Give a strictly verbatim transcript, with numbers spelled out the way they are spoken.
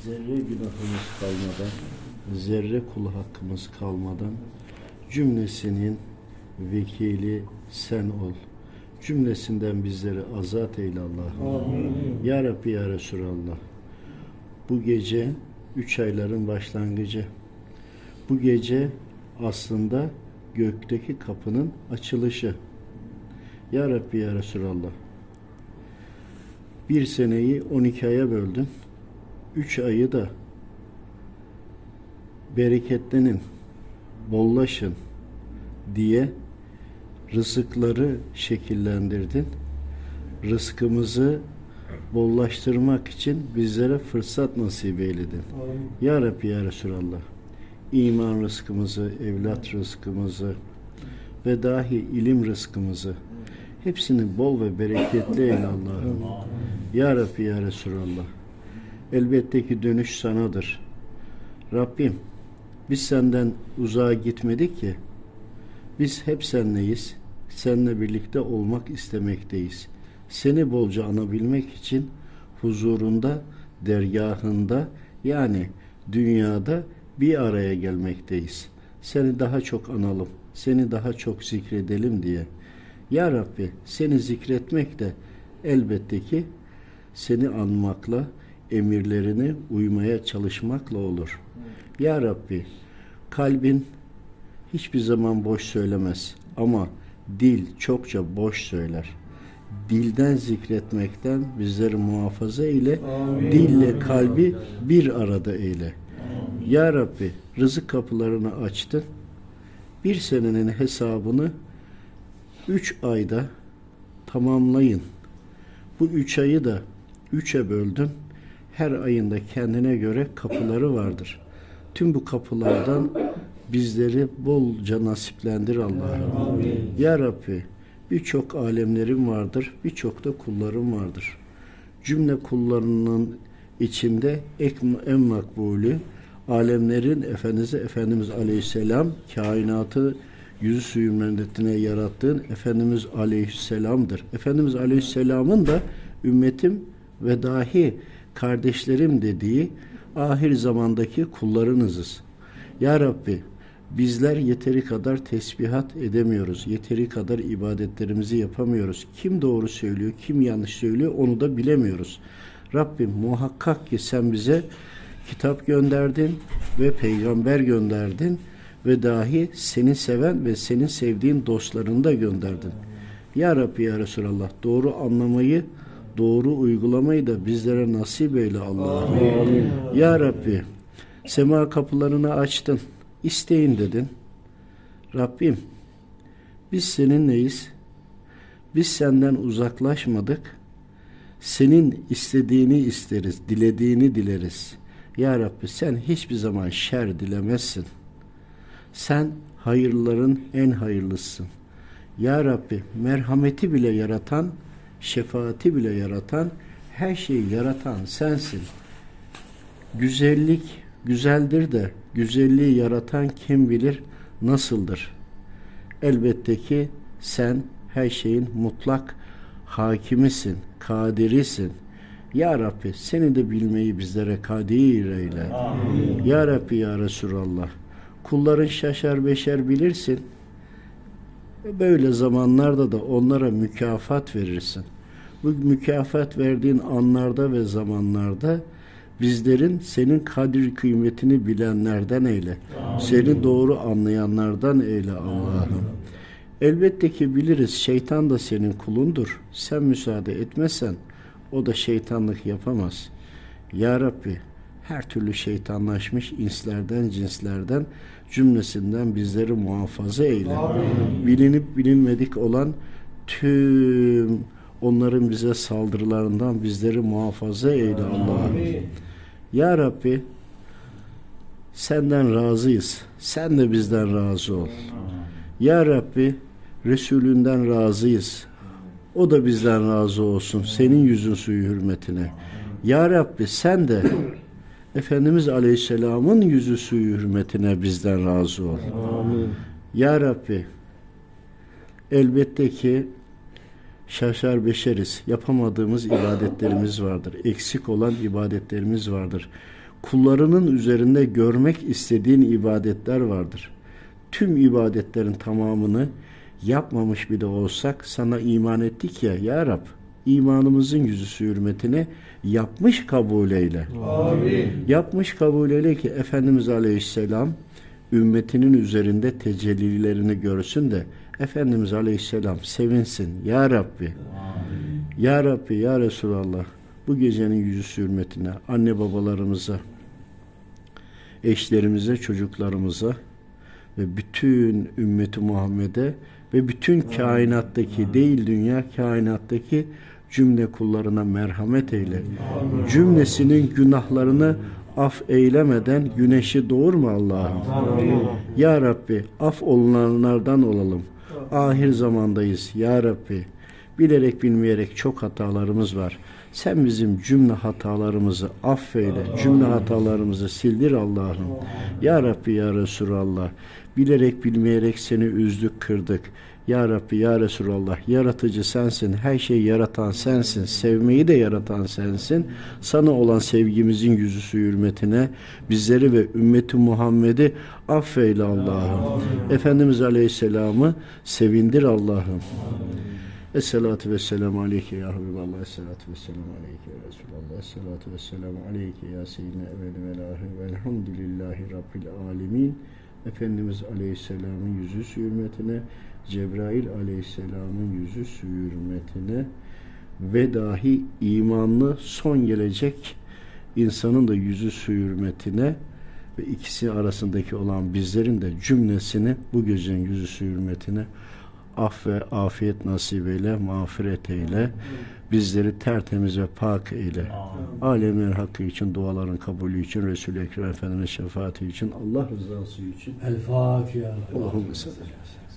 zerre günahımız kalmadan, zerre kul hakkımız kalmadan cümlesinin vekili sen ol. Cümlesinden bizleri azat eyle Allah'ım. Ya Rabbi ya Resulallah. Bu gece üç ayların başlangıcı. Bu gece aslında gökteki kapının açılışı. Ya Rabbi ya Resulallah. Bir seneyi on iki aya böldün. Üç ayı da bereketlenin, bollaşın diye rızıkları şekillendirdin. Rızkımızı bollaştırmak için bizlere fırsat nasip eyledin. Ya Rabbi ya Resulallah. İman rızkımızı, evlat rızkımızı ve dahi ilim rızkımızı hepsini bol ve bereketli eyle Allah'ım. Ya Rabbi ya Resulallah. Elbette ki dönüş sanadır. Rabbim, biz senden uzağa gitmedik ki. Biz hep senleyiz. Seninle birlikte olmak istemekteyiz. Seni bolca anabilmek için huzurunda, dergahında, yani dünyada bir araya gelmekteyiz. Seni daha çok analım, seni daha çok zikredelim diye. Ya Rabbi, seni zikretmek de elbette ki seni anmakla, emirlerini uymaya çalışmakla olur. Ya Rabbi, kalbin hiçbir zaman boş söylemez ama dil çokça boş söyler. Dilden zikretmekten bizleri muhafaza eyle, amin. Dille kalbi bir arada eyle. Ya Rabbi, rızık kapılarını açtın. Bir senenin hesabını üç ayda tamamlayın. Bu üç ayı da üçe böldün. Her ayında kendine göre kapıları vardır. Tüm bu kapılardan bizleri bolca nasiplendir Allah'ım. Ya Rabbi, birçok alemlerim vardır, birçok da kullarım vardır. Cümle kullarının içinde en makbulü, alemlerin Efendisi Efendimiz Aleyhisselam, kainatı yüzü suyu memleketine yarattığın Efendimiz Aleyhisselam'dır. Efendimiz Aleyhisselam'ın da ümmetim ve dahi kardeşlerim dediği ahir zamandaki kullarınızız. Ya Rabbi, bizler yeteri kadar tesbihat edemiyoruz. Yeteri kadar ibadetlerimizi yapamıyoruz. Kim doğru söylüyor, kim yanlış söylüyor onu da bilemiyoruz. Rabbim, muhakkak ki sen bize kitap gönderdin ve peygamber gönderdin ve dahi seni seven ve senin sevdiğin dostlarını da gönderdin. Ya Rabbi ya Resulallah, doğru anlamayı, doğru uygulamayı da bizlere nasip eyle Allah'ım. Ya Rabbi, sema kapılarını açtın. İsteyin dedin. Rabbim, biz seninleyiz. Biz senden uzaklaşmadık. Senin istediğini isteriz, dilediğini dileriz. Ya Rabbi, sen hiçbir zaman şer dilemezsin. Sen hayırların en hayırlısın. Ya Rabbi, merhameti bile yaratan, şefaati bile yaratan, her şeyi yaratan sensin. Güzellik güzeldir de güzelliği yaratan kim bilir nasıldır? Elbette ki sen her şeyin mutlak hakimisin, kadirisin. Ya Rabbi, seni de bilmeyi bizlere kadir eyle. Amin. Ya Rabbi ya Resulallah, kulların şaşar beşer bilirsin. Böyle zamanlarda da onlara mükafat verirsin. Bu mükafat verdiğin anlarda ve zamanlarda bizlerin senin kadir kıymetini bilenlerden eyle. Amin. Seni doğru anlayanlardan eyle Allah'ım. Elbette ki biliriz, şeytan da senin kulundur. Sen müsaade etmezsen o da şeytanlık yapamaz. Ya Rabbi, her türlü şeytanlaşmış inslerden, cinslerden, cümlesinden bizleri muhafaza eyle. Amin. Bilinip bilinmedik olan tüm onların bize saldırılarından bizleri muhafaza eyle Allah'ım. Ya Rabbi, senden razıyız. Sen de bizden razı ol. Ya Rabbi, Resulünden razıyız. O da bizden razı olsun. Senin yüzün suyu hürmetine. Ya Rabbi, sen de Efendimiz Aleyhisselam'ın yüzü suyu hürmetine bizden razı ol. Amin. Ya Rabbi, elbette ki şaşar beşeriz. Yapamadığımız ibadetlerimiz vardır. Eksik olan ibadetlerimiz vardır. kullarının üzerinde görmek istediğin ibadetler vardır. Tüm ibadetlerin tamamını yapmamış bile olsak sana iman ettik ya, ya Rab, imanımızın yüzüsü hürmetine yapmış kabul eyle. Amin. Yapmış kabul eyle ki Efendimiz Aleyhisselam ümmetinin üzerinde tecellilerini görsün de Efendimiz Aleyhisselam sevinsin. Ya Rabbi, Amin. Ya Rabbi, Ya Resulallah, bu gecenin yüzüsü hürmetine anne babalarımıza, eşlerimize, çocuklarımıza ve bütün ümmeti Muhammed'e ve bütün kainattaki, değil dünya kainattaki cümle kullarına merhamet eyle. Cümlesinin günahlarını af eylemeden güneşi doğurma Allah'ım. Ya Rabbi, af olunanlardan olalım. Ahir zamandayız. Ya Rabbi, bilerek bilmeyerek çok hatalarımız var. Sen bizim cümle hatalarımızı affeyle, cümle hatalarımızı sildir Allah'ım. Ya Rabbi, Ya Resulallah, bilerek bilmeyerek seni üzdük, kırdık. Ya Rabbi, Ya Resulallah, yaratıcı sensin, her şeyi yaratan sensin, sevmeyi de yaratan sensin. Sana olan sevgimizin yüzüsü hürmetine bizleri ve ümmeti Muhammed'i affeyle Allah'ım. Efendimiz Aleyhisselam'ı sevindir Allah'ım. Esselatu vesselamu aleyke ya Habiballah, esselatu vesselamu aleyke ya Resulallah, esselatu vesselamu aleyke ya Seyyidina evveli vel ahir velhamdülillahi Rabbil alemin. Efendimiz Aleyhisselam'ın yüzü hürmetine, Cebrail Aleyhisselam'ın yüzü hürmetine ve dahi imanlı son gelecek insanın da yüzü hürmetine ve ikisi arasındaki olan bizlerin de cümlesini bu gecenin yüzü hürmetine af ve afiyet nasip eyle, mağfiret eyle, bizleri tertemiz ve pak eyle. Alemin hakkı için, duaların kabulü için, Resul-i Ekrem Efendimiz'in şefaati için, Allah rızası için. El Fatiha. Allahümme salli.